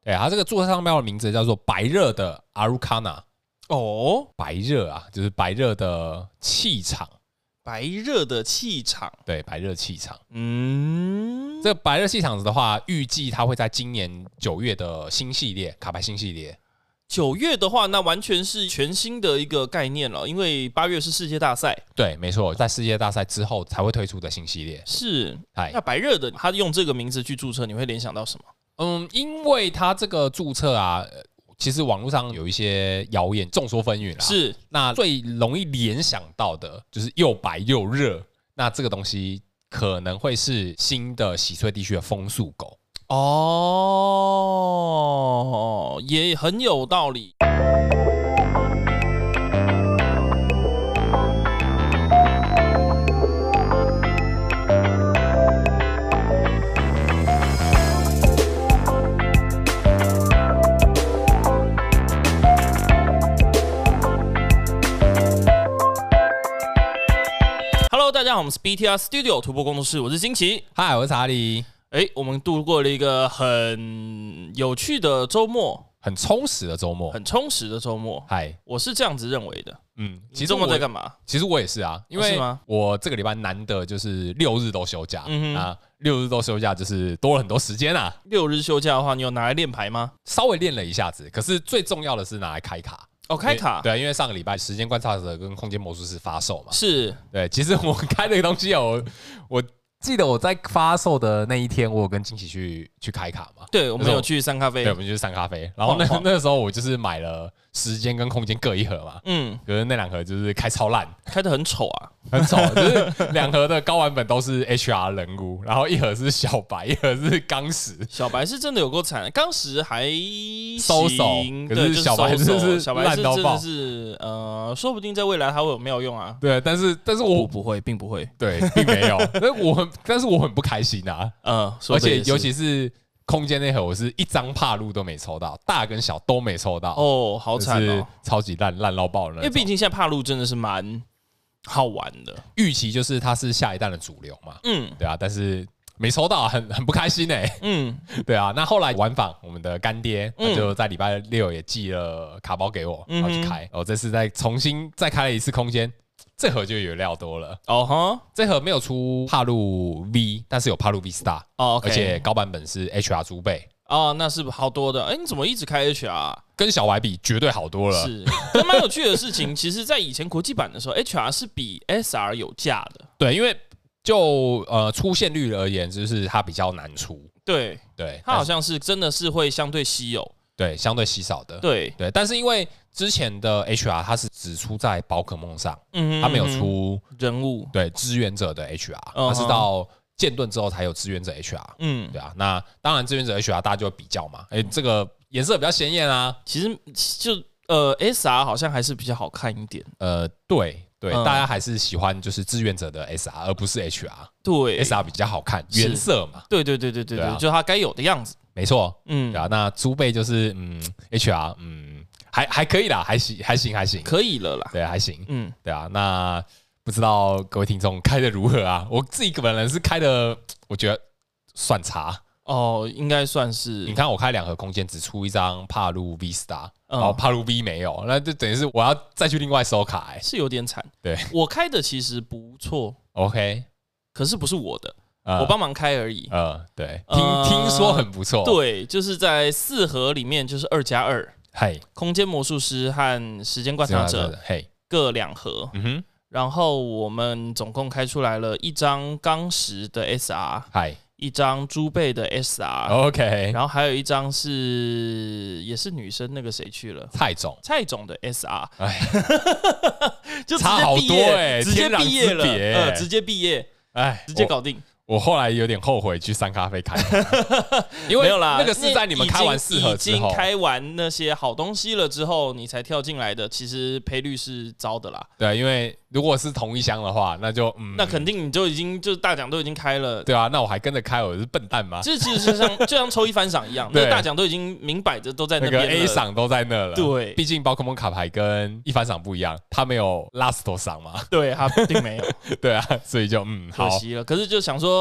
对，它这个注册商标的名字叫做白热的 Arukana。 哦， 白热啊，就是白热的气场。 白热的气场， 对，白热气场。 嗯， 这个白热气场的话，预计它会在今年9月的新系列卡牌新系列。 9月的话，那完全是全新的一个概念了，因为8月是世界大赛。 对，没错，在世界大赛之后才会推出的新系列。 是，那白热的，他用这个名字去注册，你会联想到什么？ 因为它这个注册啊。其实网络上有一些谣言，众说纷纭啦。 是， 那最容易联想到的就是又白又热，那这个东西可能会是新的喜翠地区的风速狗。 哦，也很有道理。大家好，我们是 BTR Studio 突破工作室，我是金奇， 嗨，我是查理。 我们度过了一个很有趣的周末， 很充实的周末， 很充实的周末。嗨，我是这样子认为的。其实周末在干嘛？ 其实我也是啊，因为我这个礼拜难得就是6日都休假，那6日都休假就是多了很多时间啊。 6日休假的话，你有拿来练牌吗？ 稍微练了一下子，可是最重要的是拿来开卡。 哦，开卡。 对，因为上个礼拜时间观察者跟空间魔术师发售嘛。 是。 对，其实我开这个东西我记得我在发售的那一天，我有跟金奇去开卡嘛。 对，我们有去三咖啡。 对，我们去三咖啡。然后那时候我就是买了时间跟空间各一盒嘛。可是那2盒就是开超烂， 开得很丑啊， 很丑。就是2盒的高玩本都是 HR 人物，然后1盒是小白，1盒是钢石。 小白是真的有够惨，钢石还收手，可是小白就是烂到爆。 是说不定在未来它会有妙用啊。 对，但是我不会，并不会。 对，并没有。但是我很不开心啊。而且尤其是空间那盒，我是一张帕路都没抽到，大跟小都没抽到。 哦，好惨哦， 超级烂到爆的那种。 因为毕竟现在帕路真的是蛮好玩的， 预期就是它是下一代的主流嘛。对啊，但是没抽到，很不开心对啊，那后来玩访我们的干爹，他就在礼拜6也寄了卡包给我，然后去开。这次重新再开了一次空间。这盒就有料多了这盒没有出帕路 V， 但是有帕路 V Star，而且高版本是 HR 猪背那是好多的。你怎么一直开 HR？ 跟小白比绝对好多了。 是，但蛮有趣的事情，其实在以前国际版的时候 ，HR 是比 SR 有价的。 对，因为就出现率而言，就是它比较难出。 对，它好像是真的是会相对稀有。 对，相对稀少的。 对， 但是因为之前的 HR 它是只出在宝可梦上，它没有出人物。 对，支援者的 HR，它是到剑盾之后才有支援者 HR。对啊，那当然支援者 HR 大家就会比较嘛，这个颜色比较鲜艳啊。 其实就SR 好像还是比较好看一点。 对，大家还是喜欢就是支援者的 SR， 而不是 HR。 对 ，SR 比较好看，原色嘛。 对，就它该有的样子。 没错，对啊，那猪背就是HR，还可以啦，还行， 可以了啦。 对，还行。对啊，那不知道各位听众开的如何啊？我自己本人是开的，我觉得算差。 应该算是。 你看我开2盒空间，只出一张帕路 V Star， 然后帕路 V 没有，那就等于是我要再去另外收卡， 是有点惨。 对， 我开的其实不错 ，OK， 可是不是我的。我帮忙开而已。 对，听说很不错。 对，就是在4盒里面，就是2+2，空间魔术师和时间观察者各2盒。然后我们总共开出来了1张钢石的 SR， 1张猪背的 SR， 然后还有1张也是女生，那个谁去了？蔡总的 SR， 就差好多直接毕业了，直接毕业，直接搞定。 我后来有点后悔去三咖啡开，因为那个是在你们开完4盒之后， 已经开完那些好东西了之后，你才跳进来的，其实赔率是糟的啦。 对，因为如果是同一箱的话，那就那肯定你就大奖都已经开了。 对啊，那我还跟着开，我是笨蛋吗？ 这其实就像抽一番赏一样，那个大奖都已经明摆着都在那边了， 那个 A 赏都在那了。 对， 毕竟宝可梦卡牌跟一番赏不一样，它没有 Last 赏嘛。 对，它并没有。 对啊，所以就可惜了。可是就想说。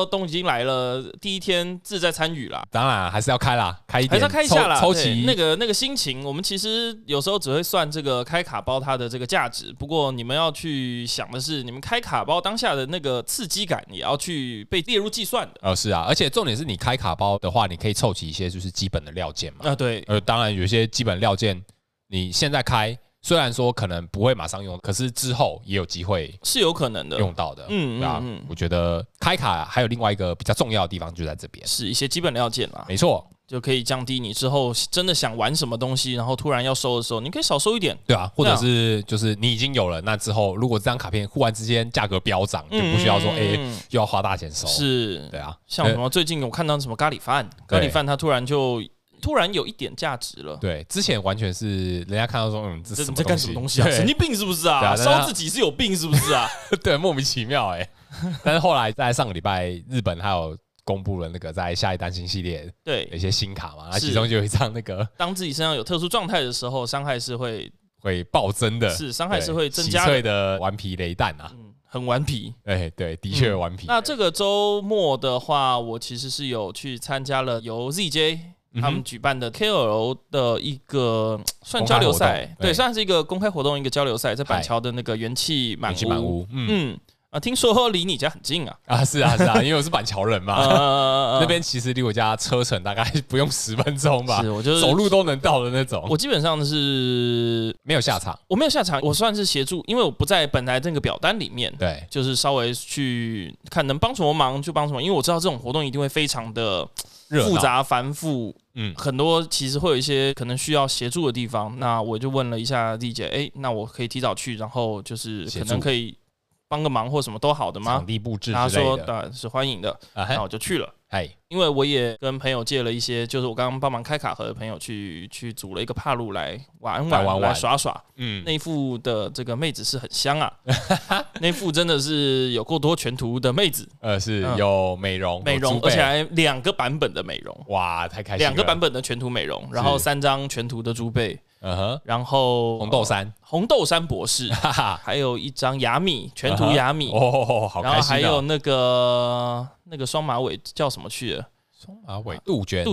说都已经来了，第一天自在参与啦。 当然还是要开啦，开一点， 还是要开一下啦。 抽齐那个心情，我们其实有时候只会算这个开卡包它的这个价值。不过你们要去想的是，你们开卡包当下的那个刺激感，也要去被列入计算的。 是啊，而且重点是你开卡包的话，你可以凑齐一些就是基本的料件嘛。 对。 当然有些基本料件，你现在开。虽然说可能不会马上用，可是之后也有机会是有可能的用到的。对啊，我觉得开卡还有另外一个比较重要的地方就在这边， 是一些基本料件啦。 没错， 就可以降低你之后真的想玩什么东西，然后突然要收的时候，你可以少收一点。 对啊，或者是就是你已经有了，那之后如果这张卡片忽然之间价格飙涨，就不需要说又要花大钱收。 是， 对啊， 像什么最近我看到什么咖喱饭，它突然有一点价值了。 对，之前完全是人家看到说，这在干什么东西啊？神经病是不是啊？烧自己是有病是不是啊？ 对，莫名其妙但是后来在上个礼拜，日本还有公布了那个在下一单新系列的一些新卡嘛，那其中就有一张那个， 当自己身上有特殊状态的时候，伤害是会暴增的， 是伤害是会增加的。 洗脆的顽皮雷弹啊， 很顽皮。 对，的确顽皮。 那这个周末的话，我其实是有去参加了由 ZJ。他们举办的 KOL 的一个算交流赛，对，算是一个公开活动，一个交流赛，在板桥的那个元气满屋。听说离你家很近啊。 是啊，因为我是板桥人嘛，那边其实离我家车程大概不用10分钟吧，我就是走路都能到的那种。 我基本上是没有下场， 我没有下场，我算是协助，因为我不在本来这个表单里面， 对， 就是稍微去看能帮什么忙就帮什么，因为我知道这种活动一定会非常的复杂繁复，很多其实会有一些可能需要协助的地方。那我就问了一下丽姐，那我可以提早去，然后就是可能可以帮个忙或什么都好的吗？ 场地布置之类的， 他说当然是欢迎的，那我就去了。因为我也跟朋友借了一些，就是我刚刚帮忙开卡盒的朋友去组了一个帕路来玩来耍耍。那一副的这个妹子是很香啊，那副真的是有够多全图的妹子。 是有美容， 而且还2个版本的美容。 哇，太开心了！2 个版本的全图美容，然后3张全图的猪背。然后红豆山博士，还有一张雅米全图雅米。 好开心！ 然后还有那个双马尾叫什么去了？ 双马尾杜鹃，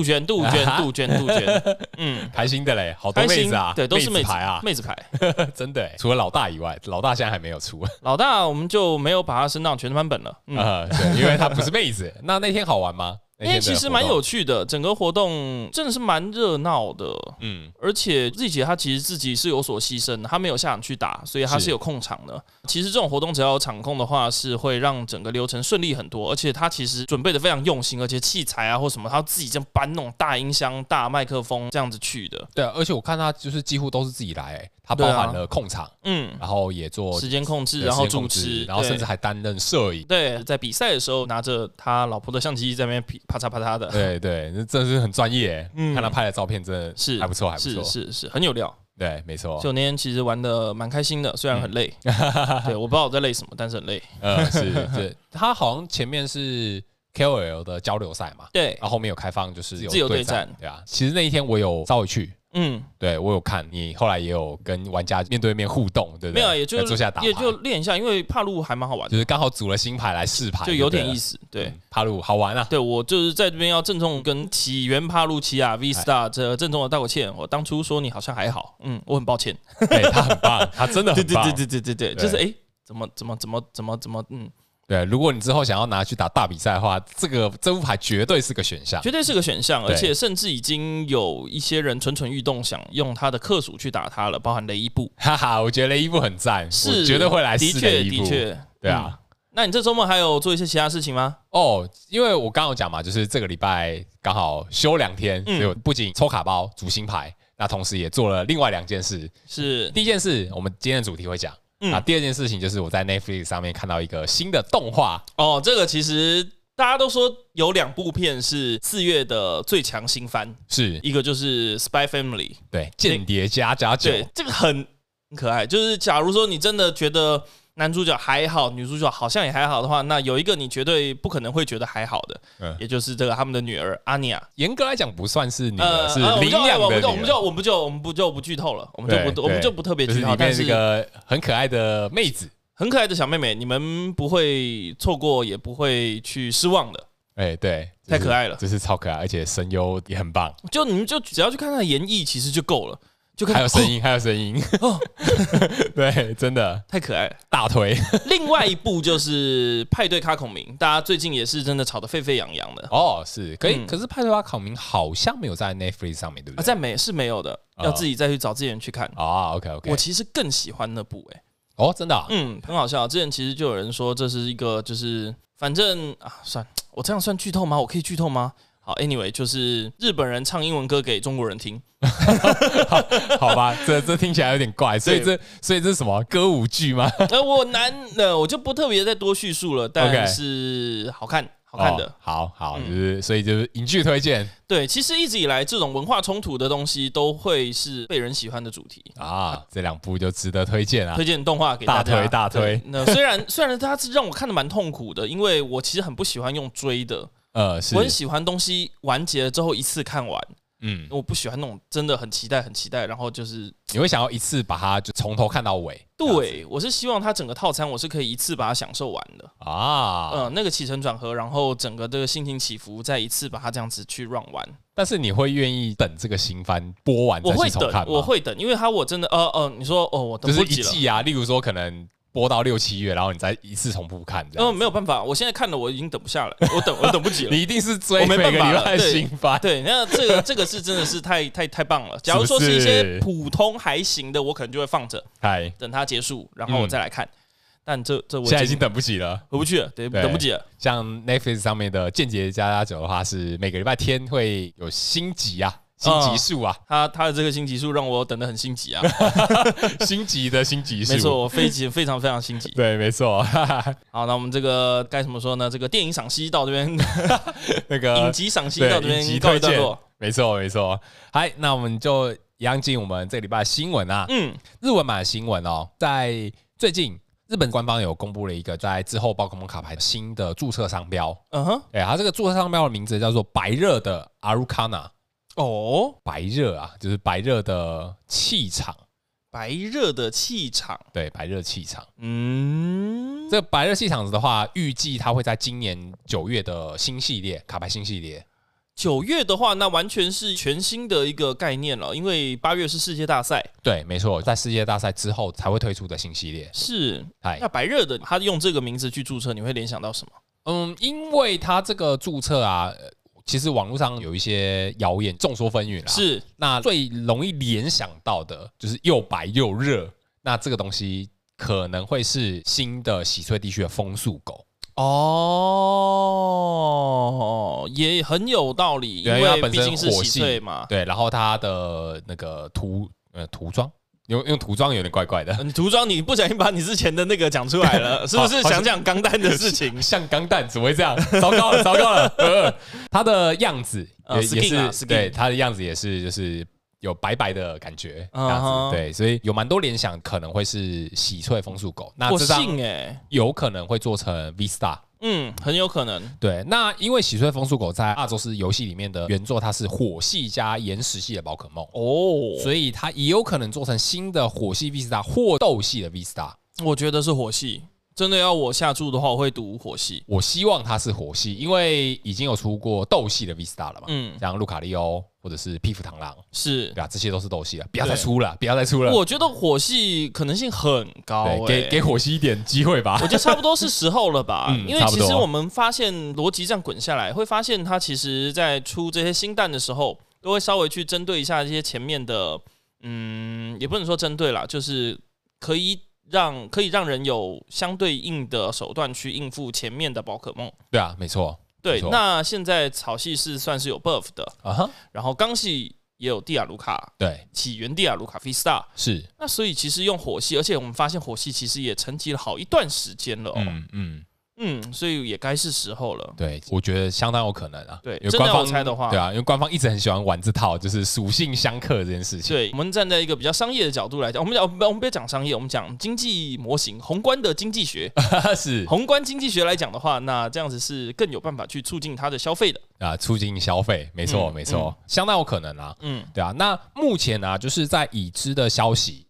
开心的嘞，好多妹子啊， 对，都是妹子牌啊， 妹子牌， 真的。除了老大以外，老大现在还没有出。 老大我们就没有把它升到全版本了， 对，因为他不是妹子。那天好玩吗？ 其实蛮有趣的，整个活动真的是蛮热闹的，而且自己姐她其实自己是有所牺牲的，她没有下场去打，所以她是有控场的。其实这种活动只要有场控的话，是会让整个流程顺利很多，而且她其实准备的非常用心，而且器材啊或什么，她自己这样搬那种大音箱、大麦克风这样子去的。 对，而且我看她就是几乎都是自己来，她包含了控场，然后也做时间控制，然后主持， 然后甚至还担任摄影。 对，在比赛的时候拿着他老婆的相机在那边啪嚓啪嚓的。 对，那真的是很专业。看他拍的照片真的是还不错， 是很有料。 对，没错。 就那天其实玩的蛮开心的，虽然很累。对，我不知道我在累什么，但是很累。 是，他好像前面是 KOL 的交流赛嘛， 对， 然后后面有开放就是自由对战， 对啊。其实那一天我有稍微去。对我有看你后来也有跟玩家面对面互动，对不对？ 没有，也就坐下打牌， 也就练一下，因为帕路还蛮好玩的， 就是刚好组了新牌来试牌， 就有点意思。对， 帕路好玩啊。 对，我就是在这边要郑重跟起源帕路奇亚 V Star 这郑重的道个歉。我当初说你好像还好，我很抱歉。 他很棒，他真的很棒。 对，就是怎么对，如果你之后想要拿去打大比赛的话，这副牌绝对是个选项， 绝对是个选项，而且甚至已经有一些人蠢蠢欲动，想用他的克数去打他了，包含雷伊布。 我觉得雷伊布很赞，我绝对会来试雷伊布。 的确， 对啊。 那你这周末还有做一些其他事情吗？ 因为我刚刚有讲嘛，就是这个礼拜刚好休2天，所以我不仅抽卡包、组新牌，那同时也做了另外2件事。 是第一件事，我们今天的主题会讲。第二件事情就是我在 Netflix 上面看到一个新的动画。 这个其实大家都说有2部片是4月的最强新番， 是一个就是《Spy Family》， 对，间谍家家酒， 对，这个很可爱。就是假如说你真的觉得男主角还好，女主角好像也还好的话，那有一个你绝对不可能会觉得还好的，也就是这个他们的女儿阿尼亚。 严格来讲不算是女儿，是领养的女儿。 我们就不剧透了，我们就不特别剧透。 但是一个很可爱的妹子， 很可爱的小妹妹，你们不会错过，也不会去失望的。 对， 太可爱了， 这是超可爱，而且声优也很棒。 你们就只要去看他的演绎，其实就够了。 还有声音，还有声音，对，真的太可爱了， 大推。 另外一部就是《派对咖孔明》，大家最近也是真的吵得沸沸扬扬的。 是可以，可是《派对咖孔明》好像没有在 Netflix 上面，对不对？ 是没有的，要自己再去找资源去看。 OK， 我其实更喜欢那部真的， 很好笑。之前其实就有人说这是一个，就是反正算我这样算剧透吗？我可以剧透吗？好 ，anyway， 就是日本人唱英文歌给中国人听， 好吧，这听起来有点怪，所以这是什么歌舞剧吗？ 我就不特别再多叙述了，但是好看的， 好，所以就是影剧推荐。 对，其实一直以来这种文化冲突的东西都会是被人喜欢的主题这2部就值得推荐推荐动画给大家， 大推。 那虽然它是让我看得蛮痛苦的，因为我其实很不喜欢用追的。我很喜欢东西完结了之后一次看完，我不喜欢那种真的很期待，然后就是你会想要一次把它就从头看到尾。 对，我是希望它整个套餐我是可以一次把它享受完的那个起承转合，然后整个这个心情起伏，再一次把它这样子去 run 完。 但是你会愿意等这个新番播完再去重看吗？ 我会等，因为我真的你说我等不及了， 就是一季例如说可能播到6、7月，然后你再一次重复看， 没有办法，我现在看了，我已经等不下了，我等不及了。 你一定是追每个礼拜新番， 对，那这个是真的是太棒了。假如说是一些普通还行的，我可能就会放着，等它结束，然后我再来看。但这我现在已经等不及了， 回不去了，等不及了。 像 Netflix 上面的《间谍加9》的话，是每个礼拜天会有新集新集数他的这个新集数让我等得很心急新集的新集数， 没错，非常非常心急。 对，没错。 好，那我们这个该怎么说呢？这个电影赏析到这边， 那个影集赏析到这边告一段落。 没错。嗨，那我们就一样进我们这个礼拜的新闻日文版的新闻在最近日本官方有公布了一个在之后宝可梦卡牌新的注册商标。它这个注册商标的名字叫做白热的阿鲁卡纳。白热就是白热的气场，对，白热气场。这个白热气场的话，预计它会在今年9月的新系列卡牌新系列。 9月的话，那完全是全新的一个概念了，因为8月是世界大赛。 对，没错，在世界大赛之后才会推出的新系列。 是，那白热的，他用这个名字去注册，你会联想到什么？ 因为他这个注册其实网络上有一些谣言，众说纷纭啦。 是， 那最容易联想到的就是又白又热，那这个东西可能会是新的喜翠地区的风速狗。 也很有道理，因为毕竟是喜翠嘛。 对，然后它的那个涂装。用涂装有点怪怪的， 你涂装你不小心把你之前的那个讲出来了，是不是想讲钢弹的事情？ 像钢弹怎么会这样？糟糕了！它的样子也是对，它的样子也是就是有白白的感觉，这样子对，所以有蛮多联想可能会是喜翠风速狗。那这张有可能会做成 V Star。 很有可能。 对，那因为喜翠风速狗在阿宙斯游戏里面的原作，它是火系加岩石系的宝可梦所以它也有可能做成新的火系 V Star 或斗系的 V Star。 我觉得是火系，真的要我下注的话，我会赌火系。 我希望它是火系，因为已经有出过斗系的 V Star 了嘛，像路卡利欧或者是皮肤螳螂， 是对啊，这些都是斗系了，不要再出了。 我觉得火系可能性很高， 给火系一点机会吧。 我觉得差不多是时候了吧，因为其实我们发现逻辑这样滚下来，会发现它其实在出这些新弹的时候，都会稍微去针对一下这些前面的，也不能说针对啦，就是可以让人有相对应的手段去应付前面的宝可梦。 对啊，没错。 对，那现在草系是算是有 buff 的然后钢系也有蒂亚卢卡， 对， 起源蒂亚卢卡 V Star 是。 那所以其实用火系，而且我们发现火系其实也沉寂了好一段时间了所以也该是时候了。 对，我觉得相当有可能对，真的要我猜的话， 对啊，因为官方一直很喜欢玩这套，就是属性相克这件事情。 对，我们站在一个比较商业的角度来讲，我们不要讲商业，我们讲经济模型，宏观的经济学是宏观经济学来讲的话，那这样子是更有办法去促进它的消费的促进消费，没错，相当有可能对啊。那目前就是在已知的消息。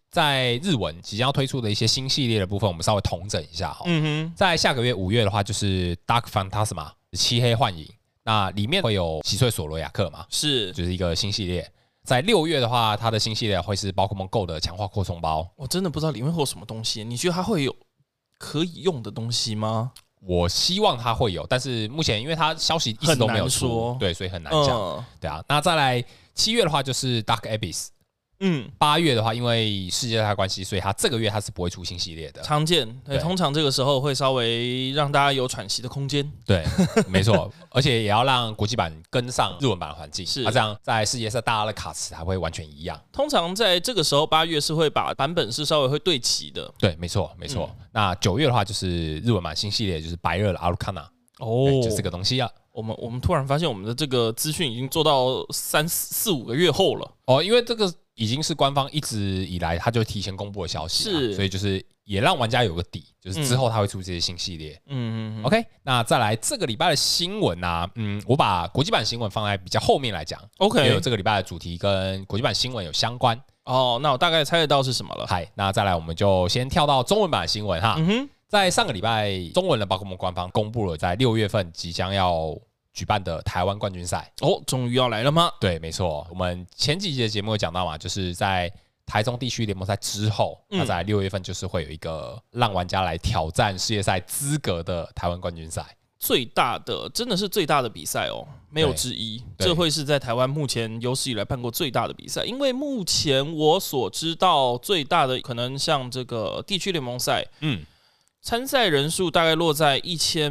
在日文即将要推出的一些新系列的部分，我们稍微统整一下哈。在下个月5月的话，就是 Dark Phantasma 漆黑幻影，那里面会有洗碎索罗亚克嘛， 是， 就是一个新系列。在6月的话，它的新系列会是宝可梦 Go 的强化扩充包。 我真的不知道里面会有什么东西，你觉得它会有可以用的东西吗？ 我希望它会有，但是目前因为它消息一直都没有出，对，所以很难讲。对啊，那再来7月的话就是 Dark Abyss。8月的话，因为世界大关系，所以它这个月它是不会出新系列的。 常见，对，通常这个时候会稍微让大家有喘息的空间。 对，没错，而且也要让国际版跟上日文版的环境，是，这样在世界上大家的卡池还会完全一样。 通常在这个时候8月是会把版本是稍微会对齐的。 对，没错，没错。那9月的话就是日文版新系列，就是白热的阿鲁卡纳，就这个东西啊。 我们突然发现我们的这个资讯已经做到3、4、5个月后了哦，因为这个已经是官方一直以来他就提前公布的消息，是，所以就是也让玩家有个底，就是之后他会出这些新系列。OK， 那再来这个礼拜的新闻啊，我把国际版新闻放在比较后面来讲 ，OK， 因为这个礼拜的主题跟国际版新闻有相关。 哦，那我大概猜得到是什么了。 嗨，那再来我们就先跳到中文版的新闻哈。在上个礼拜，中文的宝可梦官方公布了在6月份即将要举办的台湾冠军赛。 哦，终于要来了吗？ 对，没错。我们前几集的节目有讲到嘛，就是在台中地区联盟赛之后，那在6月份就是会有一个让玩家来挑战世界赛资格的台湾冠军赛。 最大的，真的是最大的比赛哦，没有之一。这会是在台湾目前有史以来办过最大的比赛，因为目前我所知道最大的可能像这个地区联盟赛，参赛人数大概落在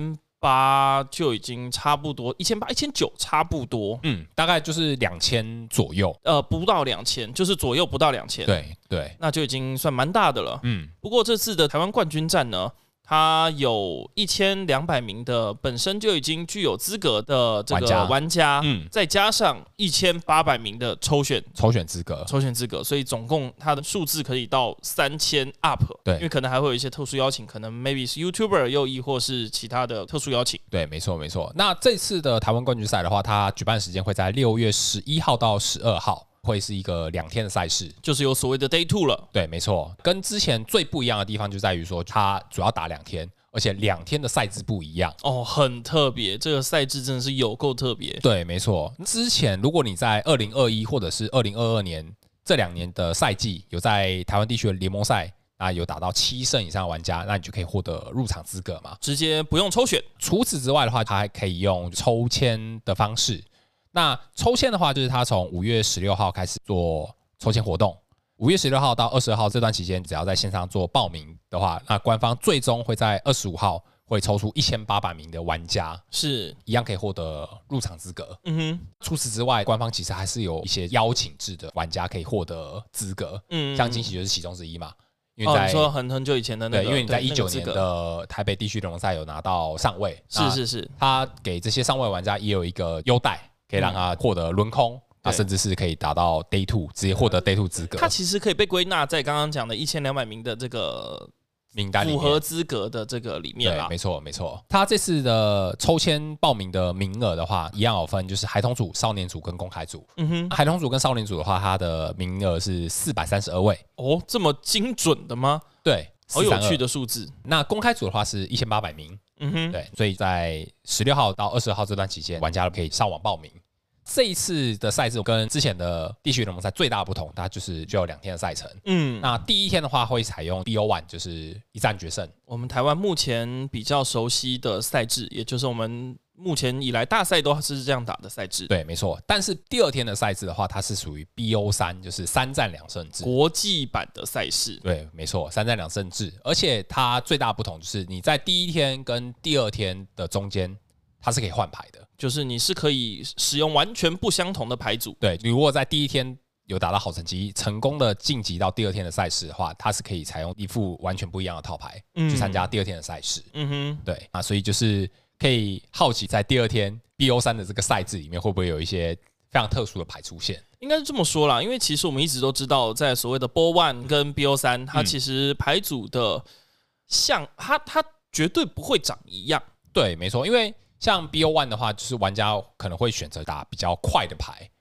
1800就已经差不多，1800、1900差不多， 大概就是2000左右， 不到2000，就是左右不到2000， 对， 那就已经算蛮大的了，不过这次的台湾冠军战呢，它有1200名的本身就已经具有资格的这个玩家，再加上1800名的抽选资格，所以总共它的数字可以到3000 up。对，因为可能还会有一些特殊邀请，可能 maybe 是 YouTuber 又亦或是其他的特殊邀请。 对，没错。那这次的台湾冠军赛的话，它举办时间会在6月11号到12号。会是一个2天的赛事， 就是有所谓的 Day 2了。 对，没错，跟之前最不一样的地方就在于说，它主要打2天，而且2天的赛制不一样哦，很特别。这个赛制真的是有够特别。 对，没错。之前如果你在2021或者是2022年这2年的赛季有在台湾地区的联盟赛，那有打到7胜以上的玩家，那你就可以获得入场资格嘛， 直接不用抽选。 除此之外的话，它还可以用抽签的方式。那抽签的话，就是他从5月16号开始做抽签活动，5月16号到22号这段期间，只要在线上做报名的话，那官方最终会在25号会抽出1800名的玩家， 是一样可以获得入场资格。除此之外，官方其实还是有一些邀请制的玩家可以获得资格，像惊喜就是其中之一嘛。 因为你说很久以前的那个， 对，因为你在19年的台北地区联盟赛有拿到上位， 是， 他给这些上位玩家也有一个优待。可以让他获得轮空，甚至是可以达到 Day 2，直接获得 Day 2资格。 他其实可以被归纳在刚刚讲的1200名的这个名单里面， 符合资格的这个里面啦。 对，没错。他这次的抽签报名的名额的话，一样有分，就是孩童组、少年组跟公开组。孩童组跟少年组的话，它的名额是432位。 哦，这么精准的吗？ 对， 好有趣的数字。 那公开组的话是1800名。对，所以在16号到20号这段期间，玩家可以上网报名。这一次的赛制跟之前的地区联盟赛最大的不同，它就有2天的赛程。那第一天的话会采用 BO1， 就是一战决胜。 我们台湾目前比较熟悉的赛制，也就是我们目前以来大赛都是这样打的赛制。 对，没错。但是第2天的赛制的话，它是属于 BO3，就是3战2胜制， 国际版的赛事。 对，没错，3战2胜制。而且它最大不同就是你在第1天跟第2天的中间，它是可以换牌的， 就是你是可以使用完全不相同的牌组。 对，你如果在第1天有达到好成绩，成功的晋级到第2天的赛事的话，它是可以采用一副完全不一样的套牌去参加第2天的赛事。对啊，所以就是可以好奇在第2天 BO3 的这个赛制里面会不会有一些非常特殊的牌出现。 应该是这么说啦，因为其实我们一直都知道，在所谓的 BO1 跟 BO3， 它其实牌组的它绝对不会长一样。 对，没错，因为像 BO1 的话，就是玩家可能会选择打比较快的牌，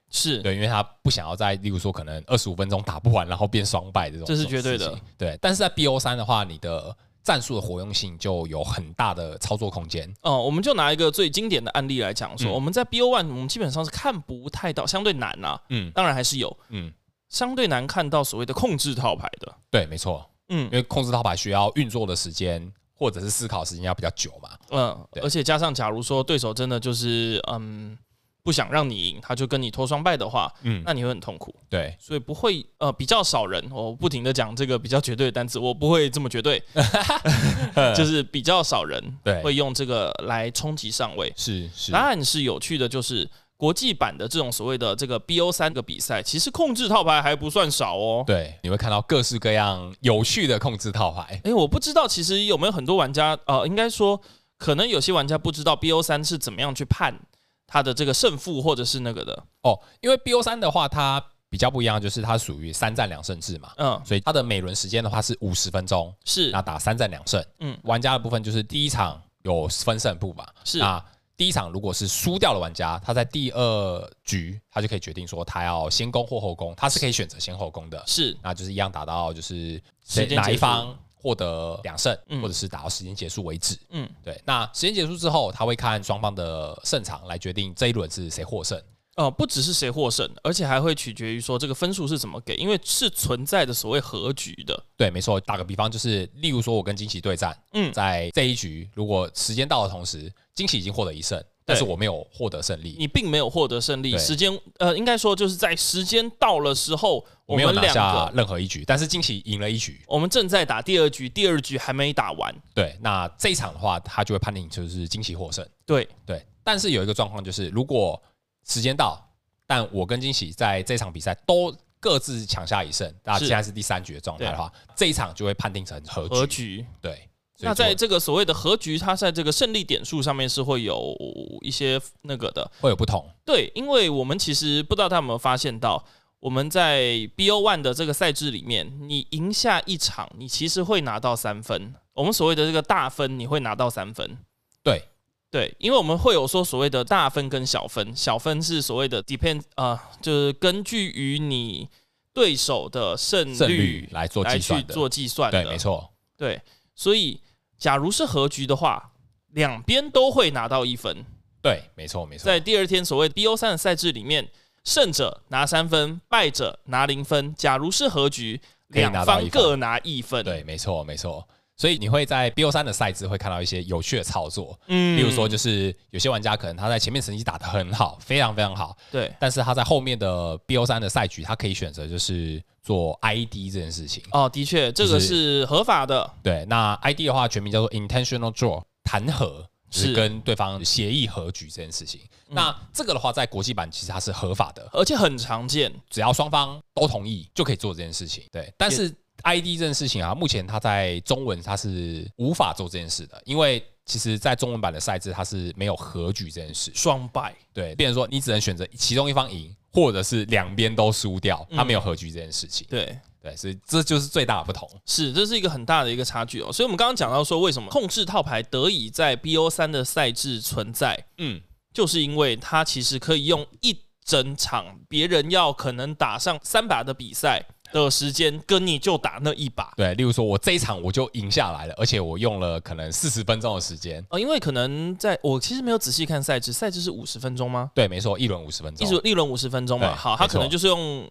是对，因为他不想要在例如说可能25分钟打不完，然后变双败这种， 这是绝对的。 对，但是在 BO3 的话，你的战术的活用性就有很大的操作空间。 我们就拿一个最经典的案例来讲说，我们在 BO1 我们基本上是看不太到，相对难啊。当然还是有，相对难看到所谓的控制套牌的。 对，没错，因为控制套牌需要运作的时间或者是思考时间要比较久嘛。 而且加上假如说对手真的就是不想让你赢，他就跟你拖双败的话，那你会很痛苦。 对， 所以不会比较少人，我不停的讲这个比较绝对的单词，我不会这么绝对，就是比较少人会用这个来冲击上位。 是， 但是有趣的就是国际版的这种所谓的这个 BO3 的比赛，其实控制套牌还不算少哦。 对，你会看到各式各样有趣的控制套牌。 我不知道其实有没有很多玩家应该说可能有些玩家不知道 BO3 是怎么样去判它的这个胜负或者是那个的因为 BO3 的话，它比较不一样，就是它属于3战2胜制嘛，所以它的每轮时间的话是50分钟， 是那打3战2胜，玩家的部分就是第一场有分胜负嘛， 是那第一场如果是输掉的玩家，他在第2局他就可以决定说他要先攻或后攻，他是可以选择先后攻的， 是， 那就是一样打到就是哪一方获得2胜，或者是打到时间结束为止。对。那时间结束之后，他会看双方的胜场来决定这一轮是谁获胜。 不只是谁获胜，而且还会取决于说这个分数是怎么给，因为是存在的所谓和局的。 对，没错。打个比方，就是例如说我跟惊喜对战，在这一局如果时间到的同时，惊喜已经获得1胜。但是我没有获得胜利， 你并没有获得胜利。时间应该说就是在时间到了时候， 我没有拿下任何一局，但是惊喜赢了1局。 我们正在打第2局，第2局还没打完。 对，那这一场的话，他就会判定就是惊喜获胜。 对， 但是有一个状况就是，如果时间到，但我跟惊喜在这场比赛都各自抢下1胜，那现在是第3局的状态的话，这一场就会判定成和局。对。 那在这个所谓的和局，它在这个胜利点数上面是会有一些那个的， 会有不同。 对，因为我们其实不知道大家有没有发现到，我们在 BO1 的这个赛制里面，你赢下一场，你其实会拿到3分。我们所谓的这个大分，你会拿到3分。对，因为我们会有说所谓的大分跟小分，小分是所谓的 depend 就是根据于你对手的胜率来做计算的。对，没错。 对，所以假如是和局的话，两边都会拿到1分。 对，没错。 在第2天所谓 BO3 的赛制里面，胜者拿3分，败者拿0分。假如是和局，两方各拿1分。 对，没错。所以你会在 BO3 的赛制会看到一些有趣的操作，例如说就是有些玩家可能他在前面成绩打得很好，非常非常好， 对， 但是他在后面的 BO3 的赛局，他可以选择就是做 ID 这件事情。 的确，这个是合法的。 对，那 ID 的话，全名叫做 Intentional Draw， 弹和，就是跟对方协议和局这件事情。那这个的话，在国际版其实它是合法的， 而且很常见， 只要双方都同意就可以做这件事情。对，但是ID 这件事情啊，目前它在中文它是无法做这件事的，因为其实在中文版的赛制它是没有和局这件事， 双败。 对，变成说你只能选择其中一方赢，或者是两边都输掉，它没有和局这件事情。 对， 所以这就是最大的不同。 是，这是一个很大的一个差距哦。所以我们刚刚讲到说，为什么控制套牌得以在 BO3 的赛制存在，就是因为它其实可以用一整场别人要可能打上3把的比赛的时间跟你就打那1把。 对，例如说我这一场我就赢下来了，而且我用了可能40分钟的时间。 因为可能我其实没有仔细看赛制，赛制是50分钟吗？ 对，没错，一轮50分钟， 一轮50分钟嘛。好，他可能就是用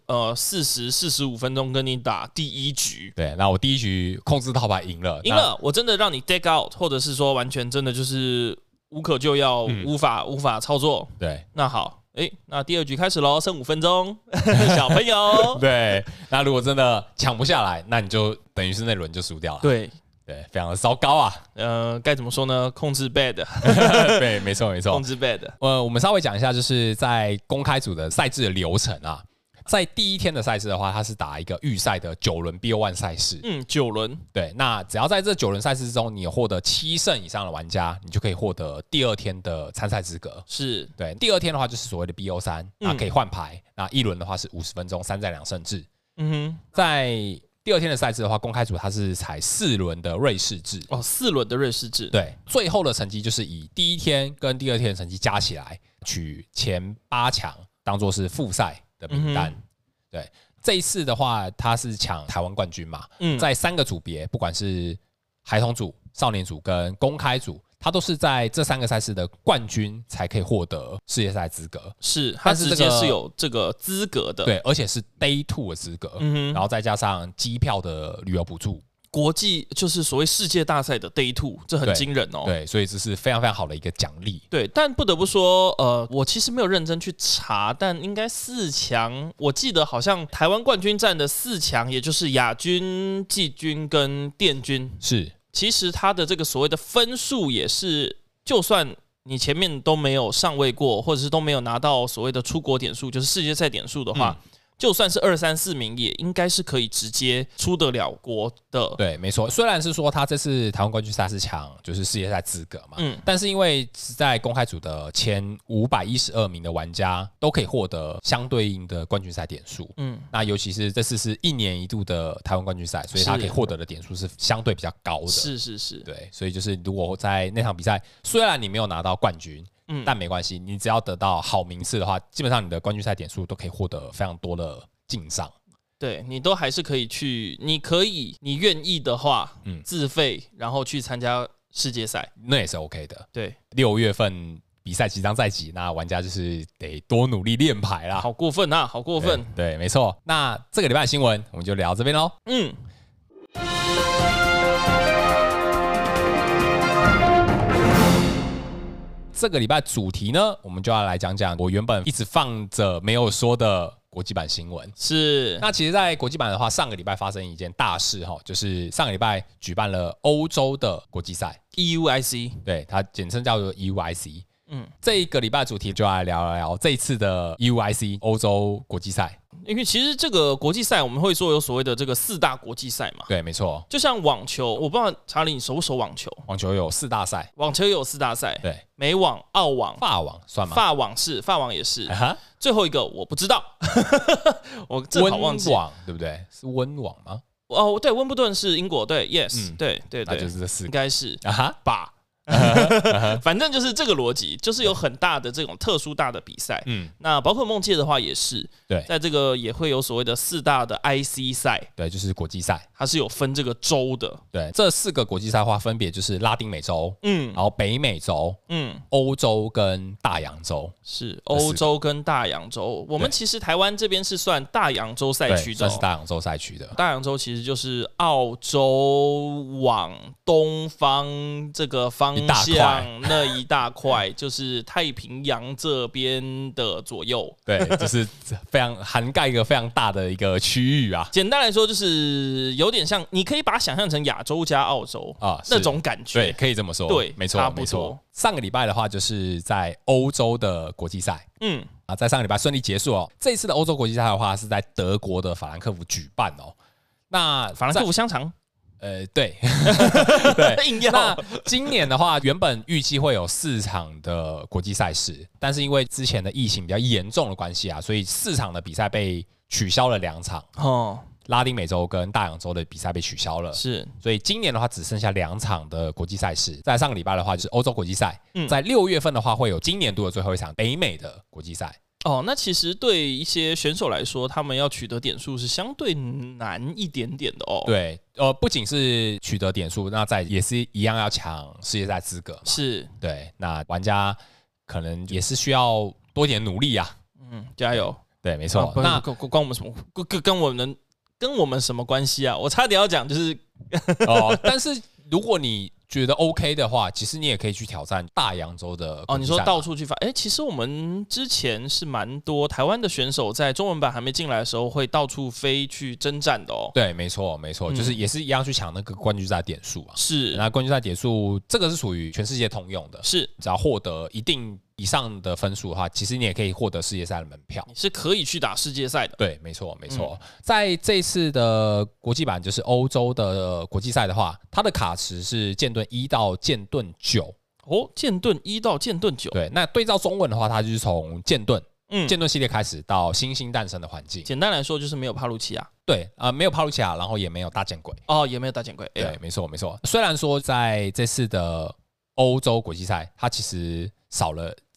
45分钟跟你打第1局。 对，那我第1局控制套牌赢了， 我真的让你 deck out， 或者是说完全真的就是无可救药，无法操作。 对， 那好。那第2局开始咯，剩5分钟，小朋友。 对，那如果真的抢不下来，那你就等于是那轮就输掉了。 对， 非常的糟糕啊。 该怎么说呢？控制 bad。 对，没错。 控制 bad。 我们稍微讲一下，就是在公开组的赛制的流程啊。在第1天的赛事的话，它是打一个预赛的9轮 BO1 赛事。 9轮。 对，那只要在这9轮赛事之中，你有获得7胜以上的玩家，你就可以获得第2天的参赛资格。 是， 对，第2天的话就是所谓的 BO3，那可以换牌。那1轮的话是50分钟，3战2胜制。在第2天的赛制的话，公开组它是采4轮的瑞士制。 4轮的瑞士制。 对，最后的成绩就是以第1天跟第2天的成绩加起来，取前8强。 当做是复赛的名单。对，这一次的话，他是抢台湾冠军嘛，在3个组别，不管是孩童组、少年组跟公开组，他都是在这3个赛事的冠军才可以获得世界赛资格。 是，他直接是有这个资格的， 对，而且是 Day 2的资格，然后再加上机票的旅游补助。 国际就是所谓世界大赛的 Day 2，这很惊人哦。 对，所以这是非常非常好的一个奖励。 对，但不得不说，我其实没有认真去查，但应该4强，我记得好像台湾冠军战的4强，也就是亚军、季军跟殿军， 是， 其实他的这个所谓的分数也是，就算你前面都没有上位过，或者是都没有拿到所谓的出国点数，就是世界赛点数的话。就算是2、3、4名，也应该是可以直接出得了国的。 对，没错。虽然是说他这次台湾冠军赛是抢就是世界赛资格嘛，但是因为在公开组的前512名的玩家都可以获得相对应的冠军赛点数。那尤其是这次是1年1度的台湾冠军赛，所以他可以获得的点数是相对比较高的。 是。 对，所以就是如果在那场比赛，虽然你没有拿到冠军。但没关系，你只要得到好名次的话，基本上你的冠军赛点数都可以获得非常多的进账。 对，你都还是可以去，你愿意的话，自费然后去参加世界赛， 那也是 OK 的。 对 ，6月份比赛即将在即，那玩家就是得多努力练牌啦。 好过分啊，好过分。 对，没错。那这个礼拜的新闻我们就聊到这边喽。这个礼拜主题呢，我们就要来讲讲我原本一直放着没有说的国际版新闻。 是， 那其实，在国际版的话，上个礼拜发生一件大事哈，就是上个礼拜举办了欧洲的国际赛 EUIC， 对，它简称叫做 EUIC。这个礼拜主题就来聊聊这一次的 EUIC 欧洲国际赛。 因为其实这个国际赛我们会说有所谓的这个4大国际赛嘛， 对，没错。 就像网球，我不知道查理你熟不熟网球？ 网球有4大赛， 网球有4大赛， 对， 美网、澳网、 法网算吗？ 法网也是。最后一个我不知道，我正好忘记。 温网对不对？是温网吗？ 哦，对，温布顿是英国，对 ，yes，对， 那就是这4个， 应该是吧。反正就是这个逻辑，就是有很大的这种特殊大的比赛。那宝可梦界的话也是， 对， 在这个也会有所谓的4大的 IC 赛， 对，就是国际赛， 它是有分这个州的。 对，这4个国际赛的话，分别就是拉丁美洲，然后北美洲，欧洲跟大洋洲， 是欧洲跟大洋洲。我们其实台湾这边是算大洋洲赛区的， 算是大洋洲赛区的。 大洋洲其实就是澳洲往东方这个方向那一大块，就是太平洋这边的左右。 对，就是非常涵盖一个非常大的一个区域啊。 简单来说，就是有点像，你可以把它想象成亚洲加澳洲那种感觉。 对，可以这么说。 对， 没错，没错。上个礼拜的话，就是在欧洲的国际赛，在上个礼拜顺利结束哦。这一次的欧洲国际赛的话，是在德国的法兰克福举办哦。那法兰克福香肠。 对对，那今年的话，原本预计会有4场的国际赛事，但是因为之前的疫情比较严重的关系啊，所以4场的比赛被取消了2场。拉丁美洲跟大洋洲的比赛被取消了， 是， 所以今年的话只剩下2场的国际赛事。在上个礼拜的话，就是欧洲国际赛，在6月份的话会有今年度的最后一场北美的国际赛。 那其实对一些选手来说，他们要取得点数是相对难一点点的哦。 对，不仅是取得点数，那也是一样要抢世界赛资格嘛。 是， 对，那玩家可能也是需要多一点努力啊。 加油。 对，没错。 那关我们什么？跟我们什么关系啊？我差点要讲就是但是如果你觉得 OK 的话，其实你也可以去挑战大洋洲的你说到处去发？其实我们之前是蛮多台湾的选手在中文版还没进来的时候，会到处飞去征战的哦。 对，没错，没错，就是也是一样去抢那个冠军赛点数啊。 是， 那冠军赛点数这个是属于全世界通用的， 是， 只要获得一定以上的分数的话，其实你也可以获得世界赛的门票， 你是可以去打世界赛的。 对，没错，没错。在这一次的国际版，就是欧洲的国际赛的话，它的卡池是剑盾1到剑盾9。 剑盾1到剑盾9。 对，那对照中文的话，它就是从剑盾系列开始到星星诞生的环境。 简单来说，就是没有帕鲁奇亚。 对，没有帕鲁奇亚，然后也没有大剑鬼。 也没有大剑鬼。 对，没错，没错。虽然说在这次的欧洲国际赛，它其实少了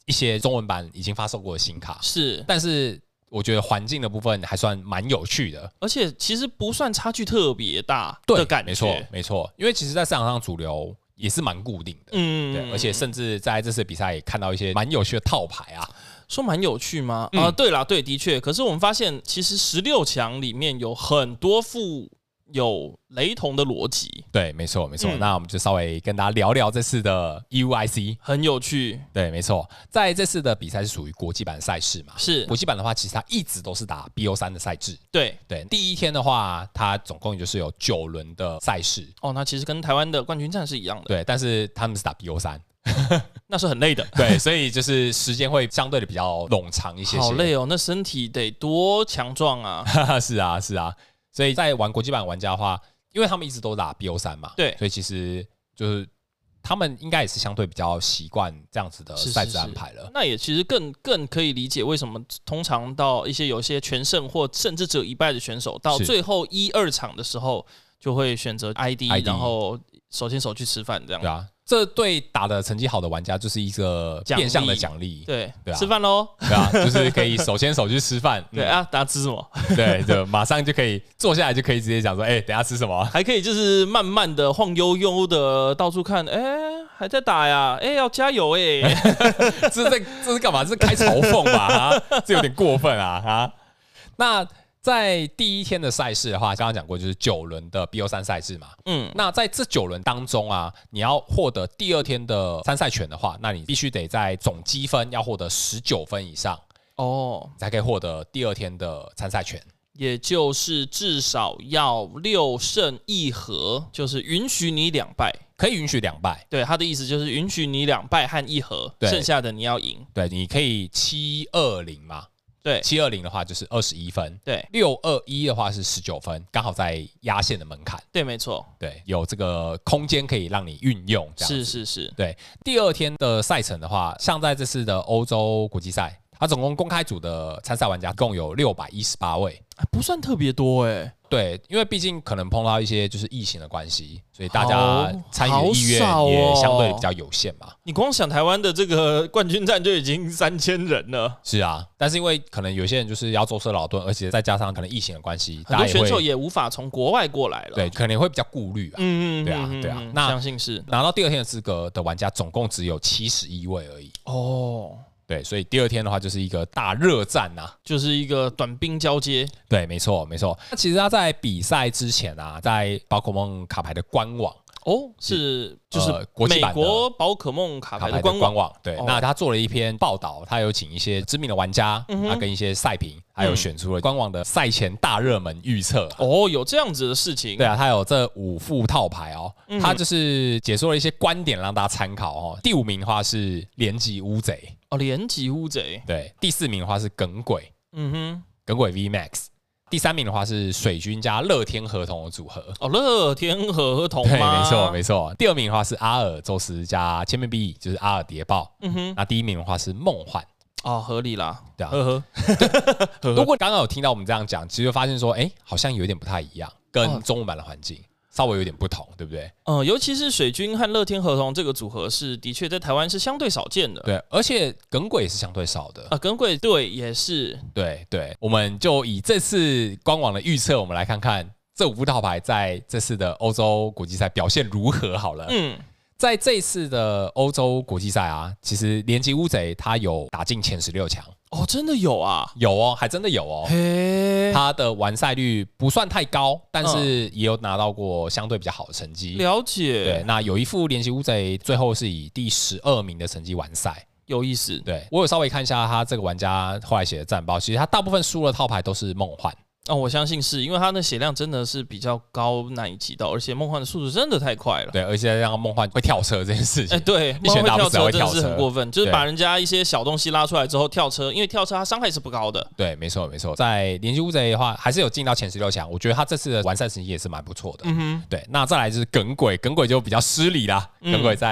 一些中文版已经发售过的新卡， 是， 但是我觉得环境的部分还算蛮有趣的， 而且其实不算差距特别大的感觉。 没错，因为其实在市场上主流也是蛮固定的，对，而且甚至在这次比赛也看到一些蛮有趣的套牌啊。 说蛮有趣吗？对啦，对，的确。可是我们发现，其实16强里面有很多副有雷同的逻辑。 对，没错。那我们就稍微跟大家聊聊这次的 EUIC， 很有趣。 对，没错，在这次的比赛是属于国际版赛事嘛？ 是国际版的话，其实它一直都是打 BO3 的赛制。 对， 第一天的话，它总共就是有9轮的赛事。 那其实跟台湾的冠军战是一样的。 对，但是他们是打 BO3。 那是很累的， 对，所以就是时间会相对的比较冗长一些。 好累哦，那身体得多强壮啊！ 是啊，所以在玩国际版玩家的话，因为他们一直都打 BO3 嘛， 对， 所以其实就是他们应该也是相对比较习惯这样子的赛制安排了。 那也其实更可以理解为什么通常到有些全胜或甚至只有1败的选手，到最后1、2场的时候就会选择 ID 然后手牵手去吃饭这样。 对啊。这对打的成绩好的玩家就是一个变相的奖励， 对啊，吃饭喽， 对啊，就是可以手牵手去吃饭， 对啊，大家吃什么？ 对，就马上就可以坐下来，就可以直接讲说，等下吃什么？ 还可以就是慢慢的晃悠悠的到处看，还在打呀，要加油这是干嘛？这是开嘲讽吧？这有点过分啊！那在第一天的赛事的话，刚刚讲过就是9轮的 BO3 赛制嘛。那在这9轮当中啊，你要获得第2天的参赛权的话，那你必须得在总积分要获得19分以上才可以获得第2天的参赛权。 也就是至少要6胜1和，就是允许你2败， 可以允许2败。 对，他的意思就是允许你2败和1和，剩下的你要赢。 对，你可以7-2-0嘛。 对 ，7-2-0的话就是21分， 对 ，6-2-1的话是19分，刚好在压线的门槛。 对，没错， 对，有这个空间可以让你运用。这样是， 对。第2天的赛程的话，像在这次的欧洲国际赛，它总共公开组的参赛玩家共有618位， 不算特别多对，因为毕竟可能碰到一些就是疫情的关系，所以大家参与的意愿也相对比较有限嘛。 你光想台湾的这个冠军战就已经3000人了。 是啊，但是因为可能有些人就是要舟车劳顿，而且再加上可能疫情的关系， 很多选手也无法从国外过来了。 对，可能会比较顾虑啊。对啊。那相信是拿到第2天的资格的玩家总共只有71位而已。对，所以第2天的话就是一个大热战啊， 就是一个短兵交接。 对，没错。那其实他在比赛之前啊，在宝可梦卡牌的官网就是美国宝可梦卡牌的官网。 对，那他做了一篇报道，他有请一些知名的玩家，他跟一些赛评，还有选出了官网的赛前大热门预测。 有这样子的事情。 对啊，他有这5副套牌他就是解说了一些观点让大家参考第5名的话是连击乌贼。 连击乌贼。 对，第4名的话是耿鬼，耿鬼 VMAX。第3名的话是水军加乐天合同的组合。 乐天合同吗？对，没错。第2名的话是阿尔宙斯加千面 B， 就是阿尔谍报。那第1名的话是梦幻。 合理啦。 对啊。如果刚刚有听到我们这样讲，其实就发现说，好像有点不太一样，跟中文版的环境稍微有点不同，对不对？ 尤其是水军和乐天合同这个组合是的确在台湾是相对少见的。 对，而且耿鬼也是相对少的。 耿鬼对也是。 对，我们就以这次官网的预测，我们来看看这5副套牌在这次的欧洲国际赛表现如何好了。在这一次的欧洲国际赛啊，其实连击乌贼他有打进前16强。 真的有啊？ 有还真的有他的完赛率不算太高，但是也有拿到过相对比较好的成绩。 了解。 对，那有一副连击乌贼最后是以第12名的成绩完赛。 有意思。 对，我有稍微看一下他这个玩家后来写的战报，其实他大部分输的套牌都是梦幻。 我相信是因为他的血量真的是比较高，难以击到，而且梦幻的速度真的太快了。 对，而且让梦幻会跳车这件事情， 对，梦幻会跳车真的是很过分，就是把人家一些小东西拉出来之后跳车，因为跳车它伤害是不高的。 对，没错。在连击乌贼的话，还是有进到前16强，我觉得他这次的完赛成绩也是蛮不错的。对，那再来就是耿鬼就比较失礼啦。耿鬼在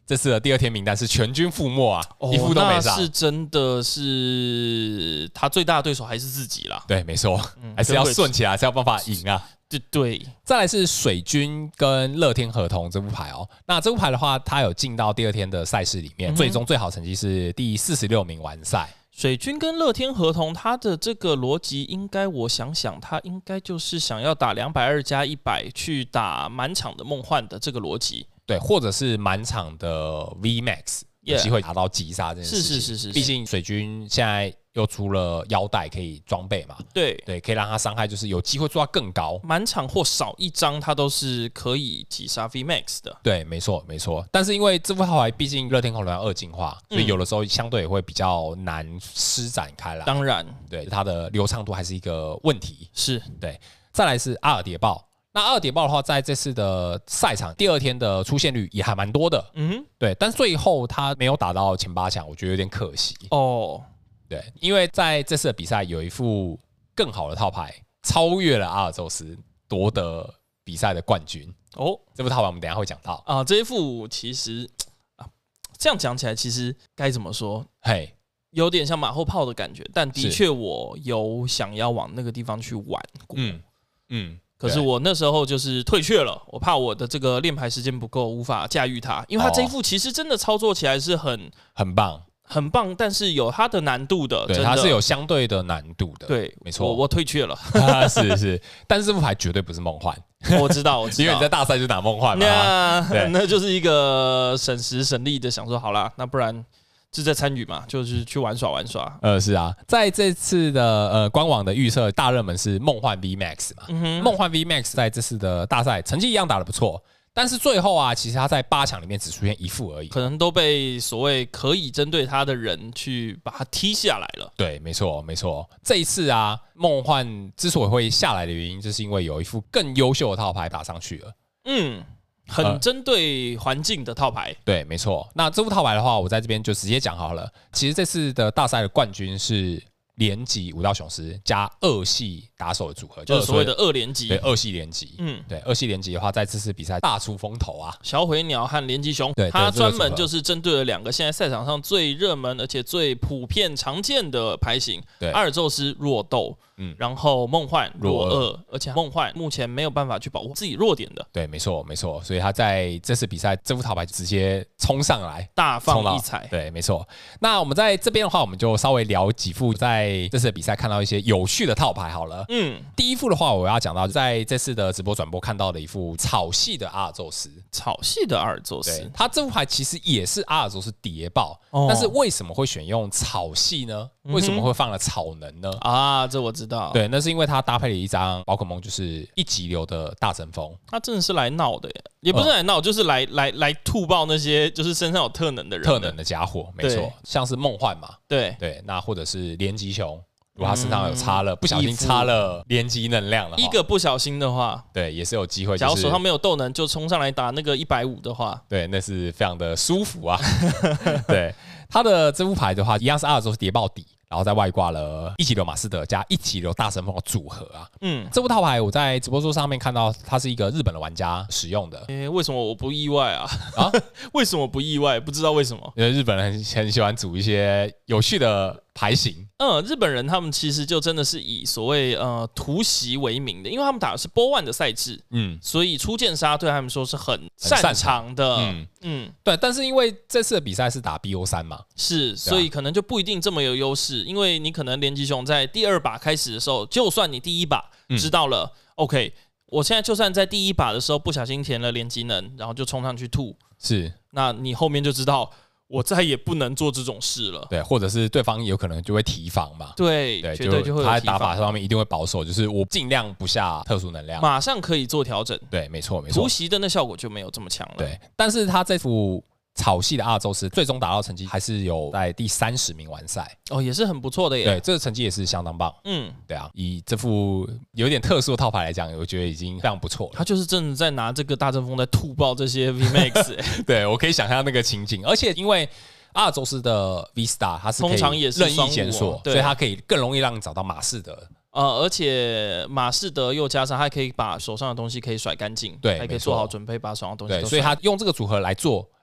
这次的第二天名单是全军覆没啊，一副都没上。 那是真的是他最大的对手还是自己啦。 对，没错，还是要顺起来，才有办法赢啊。 对， 再来是水军跟乐天合同这副牌哦。那这副牌的话，它有进到第二天的赛事里面，最终最好成绩是第46名完赛。 水军跟乐天合同，它的这个逻辑应该，我想想，它应该就是想要打220+100去打满场的梦幻的这个逻辑。 对，或者是满场的 VMAX 有机会达到击杀这件事情。是。毕竟水军现在又出了腰带可以装备嘛，对，可以让他伤害就是有机会做到更高， 满场或少一张，它都是可以击杀 VMAX 的。 对，没错。但是因为这副套牌毕竟乐天恐龙要2进化，所以有的时候相对也会比较难施展开来。 当然， 对它的流畅度还是一个问题。 是， 对。再来是阿尔迭豹。那阿尔迭豹的话，在这次的赛场第二天的出现率也还蛮多的，对，但最后他没有打到前8强，我觉得有点可惜哦。对，因为在这次的比赛有一副更好的套牌，超越了阿尔宙斯，夺得比赛的冠军哦。这副套牌我们等一下会讲到啊。这一副其实这样讲起来，其实该怎么说？有点像马后炮的感觉，但的确我有想要往那个地方去玩过。可是我那时候就是退却了，我怕我的这个练牌时间不够，无法驾驭它。因为它这一副其实真的操作起来是很棒，但是有它的难度的。 对，它是有相对的难度的。 对， 没错， 我退却了。 是，但是这副牌绝对不是梦幻。 我知道， 因为你在大赛就打梦幻嘛。 那就是一个省时省力的，想说好啦，那不然。是在参与嘛，就是去玩耍。 是啊，在这次的官网的预测大热门是梦幻 VMAX 嘛，梦幻 VMAX 在这次的大赛成绩一样打得不错，但是最后啊，其实他在8强里面只出现一副而已， 可能都被所谓可以针对他的人去把他踢下来了。 对，没错。这一次啊，梦幻之所以会下来的原因，就是因为有一副更优秀的套牌打上去了。 很针对环境的套牌， 对，没错。那这副套牌的话，我在这边就直接讲好了。其实这次的大赛的冠军是连击武道雄狮加2系打手的组合， 就是所谓的2连击。 对，2系连击。对，2系连击的话，在这次比赛大出风头啊。 小灰鸟和连击熊，它专门就是针对了2个现在赛场上最热门而且最普遍常见的牌型，阿尔宙斯弱斗。然后梦幻弱2，而且梦幻目前没有办法去保护自己弱点的。 对，没错，所以他在这次比赛这副套牌直接冲上来， 大放异彩。 对，没错。那我们在这边的话，我们就稍微聊几副在这次的比赛看到一些有趣的套牌好了。第一副的话，我要讲到在这次的直播转播看到的一副草系的阿尔宙斯。 草系的阿尔宙斯， 他这副牌其实也是阿尔宙斯谍报，但是为什么会选用草系呢？为什么会放了草能呢？ 这我知道。 对，那是因为他搭配了一张宝可梦，就是1级流的大神风。 他真的是来闹的耶，也不是来闹，就是来吐爆那些就是身上有特能的人， 特能的家伙，没错，像是梦幻嘛，对，那或者是连击熊，如果他身上有不小心插了连击能量的话， 一个不小心的话， 对，也是有机会。 假如手上没有斗能，就冲上来打那个150的话， 对，那是非常的舒服啊。对，他的这副牌的话，一样是阿尔宙斯谍报底。然后再外挂了1级流马斯德加1级流大神风的组合啊。这部套牌我在直播桌上面看到，它是一个日本的玩家使用的。 为什么我不意外啊？为什么不意外？不知道为什么。 因为日本人很喜欢组一些有趣的牌型。 日本人他们其实就真的是以所谓突袭为名的，因为他们打的是波1的赛制，所以出剑杀对他们说是很擅长的。对， 但是因为这次的比赛是打 BO3 嘛， 所以可能就不一定这么有优势，因为你可能连击熊在第2把开始的时候，就算你第1把知道了，OK， 我现在就算在第1把的时候不小心填了连击能，然后就冲上去吐，那你后面就知道。我再也不能做这种事了。 对，或者是对方有可能就会提防嘛。 对，绝对就会有提防。 他在打法上面一定会保守，就是我尽量不下特殊能量， 马上可以做调整。 对，没错。 突袭的那效果就没有这么强了。 对，但是他这副草系的阿尔宙斯最终打到成绩还是有在第30名完赛也是很不错的耶。 对，这个成绩也是相当棒。对啊，以这副有点特殊的套牌来讲，我觉得已经非常不错了。 他就是真的在拿这个大阵风在吐爆这些 VMAX。 对，我可以想象那个情景，而且因为阿尔宙斯的 V Star 它是可以任意检索，所以它可以更容易让你找到马士德。 而且马士德又加上他可以把手上的东西可以甩干净， 对， 还可以做好准备把手上的东西都甩。 对，所以他用这个组合来做，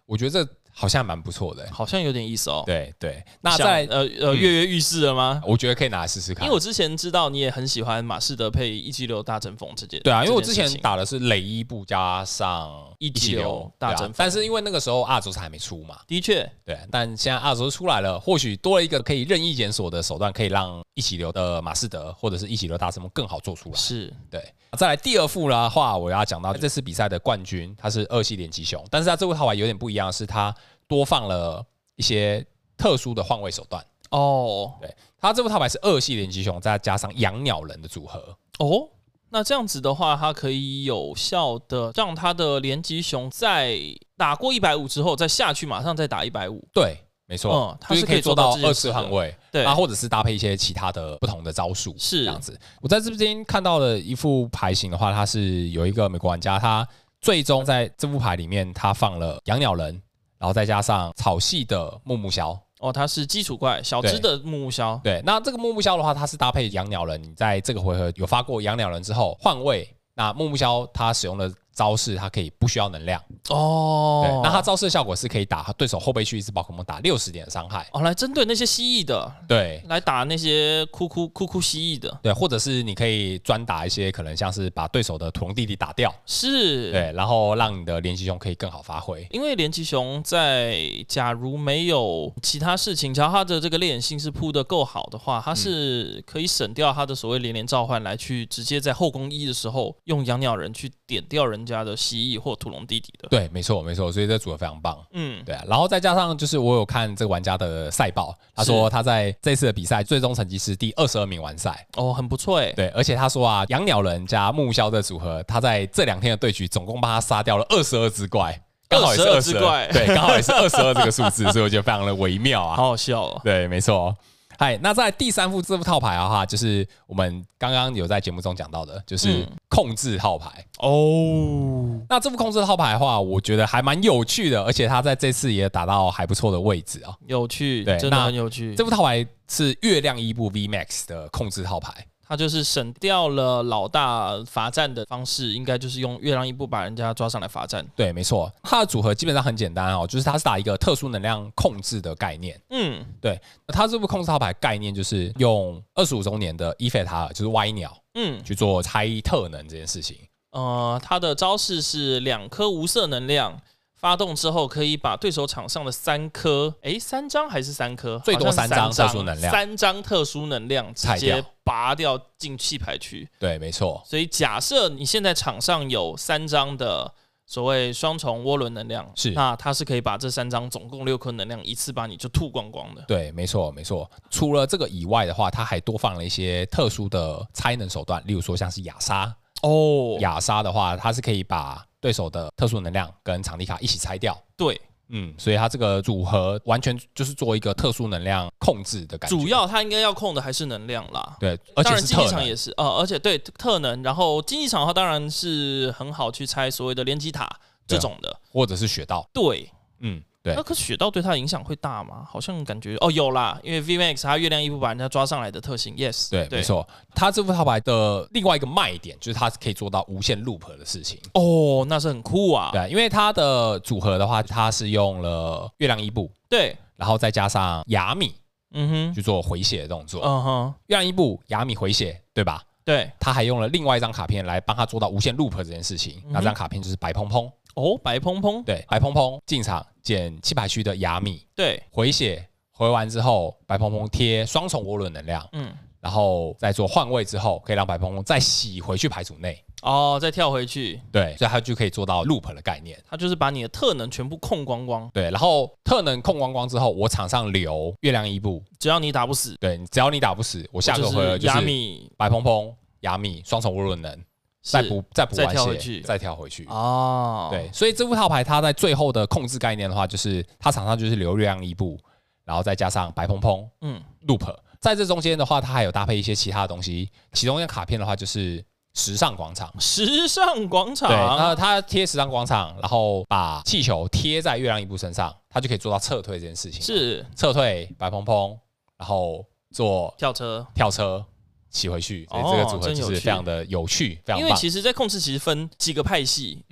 我觉得这好像蛮不错的， 好像有点意思哦。 对对，那在跃跃欲试了吗？ 我觉得可以拿来试试看， 因为我之前知道你也很喜欢马士德配176大阵风这件。 对啊，因为我之前打的是雷伊布加上 176大阵风， 但是因为那个时候阿尔宙斯还没出嘛。 的确， 对，但现在阿尔宙斯出来了，或许多了一个可以任意检索的手段，可以让176的马士德或者是176大阵风更好做出来。 是， 对。再来第二副的话，我要讲到这次比赛的冠军，他是2系连击熊，但是他这副套牌有点不一样的是，他多放了一些特殊的换位手段哦。 对，他这副套牌是2系连击熊，再加上养鸟人的组合哦。那这样子的话，它可以有效的让他的连击熊在打过150之后，再下去马上再打150。 对。没错，它是可以做到2次换位， 对， 或者是搭配一些其他的不同的招数， 是这样子。我在这边看到的一副牌型的话，它是有一个美国玩家，他最终在这副牌里面，他放了养鸟人，然后再加上草系的木木枭。 哦，它是基础怪小只的木木枭。 对，那这个木木枭的话，它是搭配养鸟人，你在这个回合有发过养鸟人之后换位，那木木枭它使用的招式，它可以不需要能量哦。对，那它招式的效果是可以打对手后背区一只宝可梦打60点的伤害哦，来针对那些蜥蜴的， 对， 来打那些哭蜥蜴的， 对，或者是你可以专打一些可能像是把对手的土龙弟弟打掉， 是， 对，然后让你的连击熊可以更好发挥。 因为连击熊在假如没有其他事情，只要它的这个猎眼性是铺得够好的话，它是可以省掉它的所谓连连召唤，来去直接在后宫1的时候用养鸟人去点掉人家的蜥蜴或土龙弟弟的。 对，没错没错，所以这组合非常棒。对啊，然后再加上就是我有看这个玩家的赛报，他说他在这次的比赛最终成绩是第22名完赛。 哦，很不错哎。 对，而且他说啊，养鸟人加木枭的组合，他在这2天的对局总共帮他杀掉了22只怪，刚好也是 22只怪， 对，刚好也是22这个数字，所以我觉得非常的微妙啊， 好好笑哦。 对，没错。嗨，那在第3副这副套牌的话，就是我们刚刚有在节目中讲到的，就是控制套牌哦。那这副控制套牌的话，我觉得还蛮有趣的，而且它在这次也打到还不错的位置啊， 有趣， 对， 真的很有趣。 这副套牌是月亮伊布 VMAX 的控制套牌。 他就是省掉了老大罚站的方式，应该就是用月亮伊布把人家抓上来罚站。 对，没错，它的组合基本上很简单哦，就是它是打一个特殊能量控制的概念。对，它这部控制套牌概念就是用25周年的伊菲塔尔，就是歪鸟，去做拆特能这件事情。 它的招式是2颗无色能量。发动之后可以把对手场上的3颗，3张还是3颗？ 最多3张特殊能量 ，3张特殊能量直接拔掉进弃牌区。 对，没错。 所以假设你现在场上有3张的所谓双重涡轮能量， 是， 那它是可以把这3张总共6颗能量一次把你就吐光光的。 对，没错，没错。除了这个以外的话，它还多放了一些特殊的拆能手段，例如说像是亚杀。亚杀的话，它是可以把对手的特殊能量跟场地卡一起拆掉。 对， 所以它这个组合完全就是做一个特殊能量控制的感觉。 主要它应该要控的还是能量啦。 对，而且是当然竞技场也是而且对特能，然后竞技场的话当然是很好去拆所谓的连击塔这种的， 或者是雪道。 对， 对。 那可雪道对它的影响会大吗？好像感觉有啦，因为 VMAX 它月亮伊布把人家抓上来的特性 ，yes， 对，没错。它这副套牌的另外一个卖点就是它可以做到无限 loop 的事情。 那是很酷啊。 对，因为它的组合的话，它是用了月亮伊布， 对， 然后再加上雅米，去做回血的动作。月亮伊布、雅米回血，对吧？ 对， 他还用了另外一张卡片来帮他做到无限 loop 这件事情。那这张卡片就是白蓬蓬。 白蓬蓬， 对，白蓬蓬进场捡弃牌区的雅米， 对， 回血回完之后，白蓬蓬贴双重涡轮能量，然后再做换位之后，可以让白蓬蓬再洗回去牌组内， 再跳回去， 对，所以它就可以做到 loop 的概念。 它就是把你的特能全部控光光， 对，然后特能控光光之后，我场上留月亮伊布， 只要你打不死， 对，只要你打不死，我下个回合就是雅米、白蓬蓬、雅米双重涡轮能。再补完血，再跳回去对，所以这副套牌它在最后的控制概念的话，就是它场上就是留月亮伊布，然后再加上白蓬蓬，loop，在这中间的话，它还有搭配一些其他的东西，其中一张卡片的话就是时尚广场。 时尚广场， 对，那它贴时尚广场，然后把气球贴在月亮伊布身上，它就可以做到撤退这件事情。 是撤退白蓬蓬，然后做跳车。骑回去，所以这个组合就是非常的有趣，非常棒。 因为其实，在控制其实分几个派系，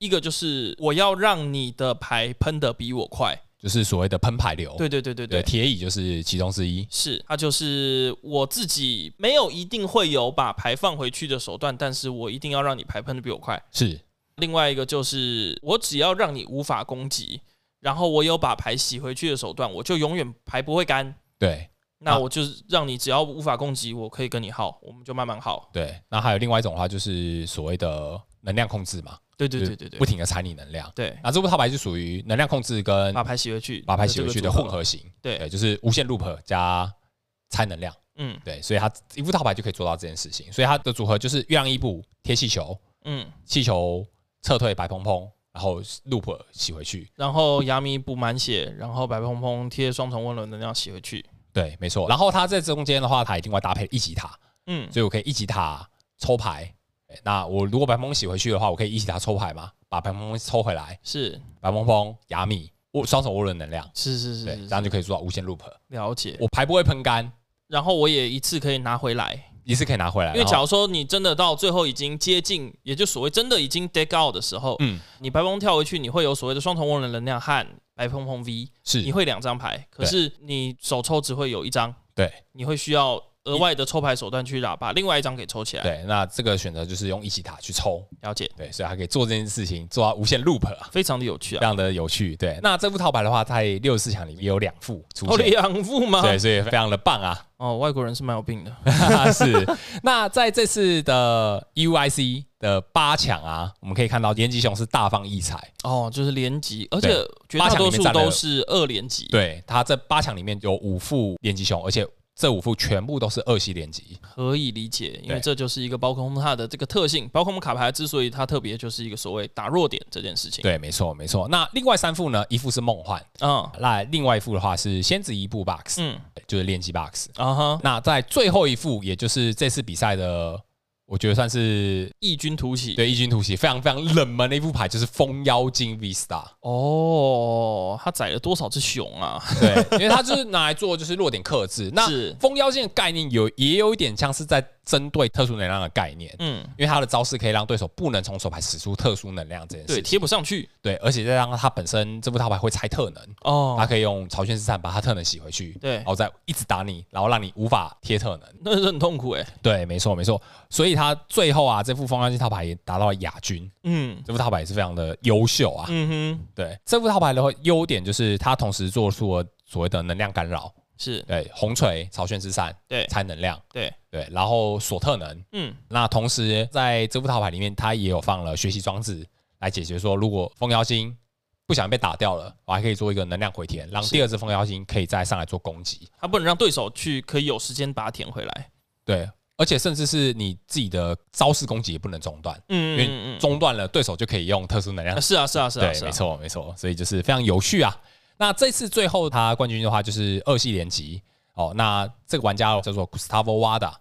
一个就是我要让你的牌喷得比我快， 就是所谓的喷牌流。 对， 铁椅就是其中之一。 是，它就是我自己没有一定会有把牌放回去的手段，但是我一定要让你牌喷得比我快。 是。 另外一个就是我只要让你无法攻击，然后我有把牌洗回去的手段，我就永远牌不会干。 对。 那我就是让你只要无法攻击，我可以跟你耗，我们就慢慢耗。 对，那还有另外一种的话，就是所谓的能量控制嘛。 对， 不停的踩你能量。 对， 那这副套牌就属于能量控制跟把牌洗回去的混合型。对，就是无限 loop 加猜能量。对，所以它一副套牌就可以做到这件事情。所以它的组合就是月亮伊布贴气球，气球撤退白蓬蓬，然后 loop 洗回去， 然后牙米补满血，然后白蓬蓬贴双重温轮能量洗回去。 对，没错。然后它在中间的话，它也另外搭配一级塔，所以我可以一级塔抽牌。那我如果白蓬蓬洗回去的话，我可以一级塔抽牌嘛，把白蓬蓬抽回来。 是白蓬蓬、亚米、双手涡轮能量。 是， 对，这样就可以做到无限 loop。 了解。 我牌不会喷干， 然后我也一次可以拿回来。 一次可以拿回来， 因为假如说你真的到最后已经接近，也就所谓真的已经 deck out 的时候，你白蓬跳回去，你会有所谓的双重涡轮能量和白蓬蓬 V， 是你会2张牌，可是你手抽只会有1张， 对， 你会需要额外的抽牌手段去把另外1张给抽起来。 对，那这个选择就是用一级塔去抽。 了解。 对，所以它可以做这件事情，做到无限 loop 啊， 非常的有趣啊， 非常的有趣。对，那这副套牌的话，在64强里面也有2副出现。 2副吗？ 对，所以非常的棒啊。 外国人是蛮有病的。 是。那在这次的 EUIC 的8强啊，我们可以看到连击熊是大放异彩。 就是连击，而且绝大多数都是2连击。 对，它这8强里面有5副连击熊，而且这5副全部都是2系连击， 可以理解，因为这就是一个宝可梦它的这个特性。宝可梦卡牌之所以它特别，就是一个所谓打弱点这件事情。 对，没错。那另外3副呢，一副是梦幻，那另外一副的话是仙子一步 box，就是连击 box。那在最后一副，也就是这次比赛的，我觉得算是异军突起， 对，异军突起，非常非常冷门的一副牌，就是风妖精 V Star。 它载了多少只熊啊？ 对，因为它就是拿来做就是弱点克制。那风妖精的概念也有一点像是在针对特殊能量的概念，因为它的招式可以让对手不能从手牌使出特殊能量这件事情， 对，贴不上去， 对，而且再让它本身这副套牌会拆特能，它可以用朝鲜之战把它特能洗回去， 对， 然后再一直打你，然后让你无法贴特能， 那是很痛苦哎。 对，没错，所以它最后啊，这副风妖精套牌也达到了亚军，这副套牌也是非常的优秀啊，对，这副套牌的话优点就是它同时做出了所谓的能量干扰。 是对红锤、朝鲜之伞，对拆能量， 对， 然后锁特能，那同时在这副套牌里面，它也有放了学习装置来解决说，如果风妖精不小心被打掉了，我还可以做一个能量回填，让第2只风妖精可以再上来做攻击， 它不能让对手可以有时间把它填回来， 对，而且甚至是你自己的招式攻击也不能中断，因为中断了，对手就可以用特殊能量， 是啊， 对，没错，所以就是非常有趣啊。那这次最后他冠军的话就是2系连击那这个玩家叫做 Gustavo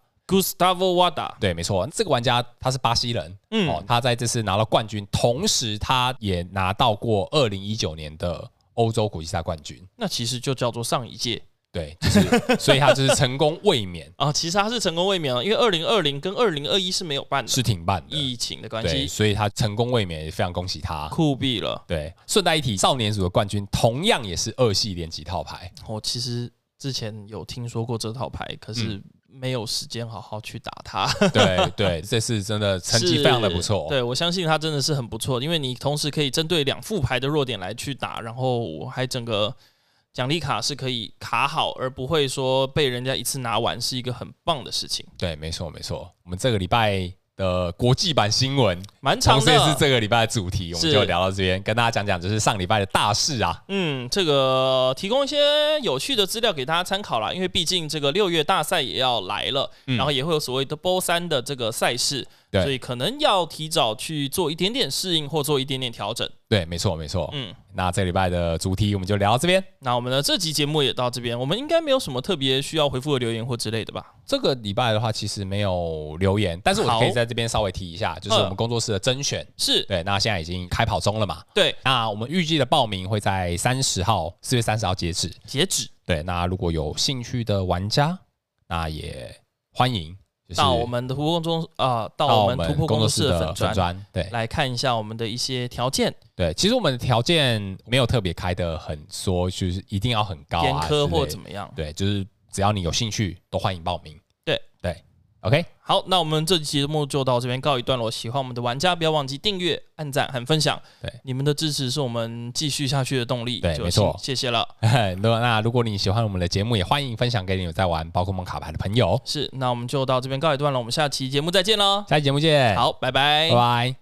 Wada， 对，没错，这个玩家他是巴西人，他在这次拿到冠军，同时他也拿到过2019年的欧洲国际赛冠军， 那其实就叫做上一届。 对，就是所以他就是成功卫冕其实他是成功卫冕因为2020跟2021是没有办的， 是停办的， 疫情的关系， 所以他成功卫冕，也非常恭喜他， 酷毙了。 对，顺带一提，少年组的冠军同样也是2系连击套牌。 我其实之前有听说过这套牌，可是没有时间好好去打它。 对，这次真的成绩非常的不错。 对，我相信他真的是很不错，因为你同时可以针对2副牌的弱点来去打，然后还整个奖励卡是可以卡好，而不会说被人家一次拿完，是一个很棒的事情。 对，没错。我们这个礼拜的国际版新闻蛮长的， 同时也是这个礼拜的主题，我们就聊到这边，跟大家讲就是上礼拜的大事啊。 这个提供一些有趣的资料给大家参考啦，因为毕竟这个6月大赛也要来了，然后也会有所谓的波3的这个赛事。所以可能要提早去做一点点适应或做一点点调整。 对，没错。那这个礼拜的主题我们就聊到这边。 那我们的这集节目也到这边，我们应该没有什么特别需要回复的留言或之类的吧？ 这个礼拜的话，其实没有留言，但是我可以在这边稍微提一下，就是我们工作室的甄选是对，那现在已经开跑中了嘛？ 对， 那我们预计的报名会在4月30号截止。 截止。 对，那如果有兴趣的玩家，那也欢迎。 到我们的突破工作室的粉专，对，来看一下我们的一些条件。 对，其实我们的条件没有特别开得很说，就是一定要很高严苛或怎么样。 对，就是只要你有兴趣，都欢迎报名。 对 ，OK， 好，那我们这期节目就到这边告一段落。喜欢我们的玩家，不要忘记订阅、按赞和分享。对，你们的支持是我们继续下去的动力。 对，没错， 谢谢了。 那如果你喜欢我们的节目，也欢迎分享给你有在玩宝可梦卡牌的朋友。 是，那我们就到这边告一段落。我们下期节目再见喽！ 下期节目见。 好，拜拜， 拜拜。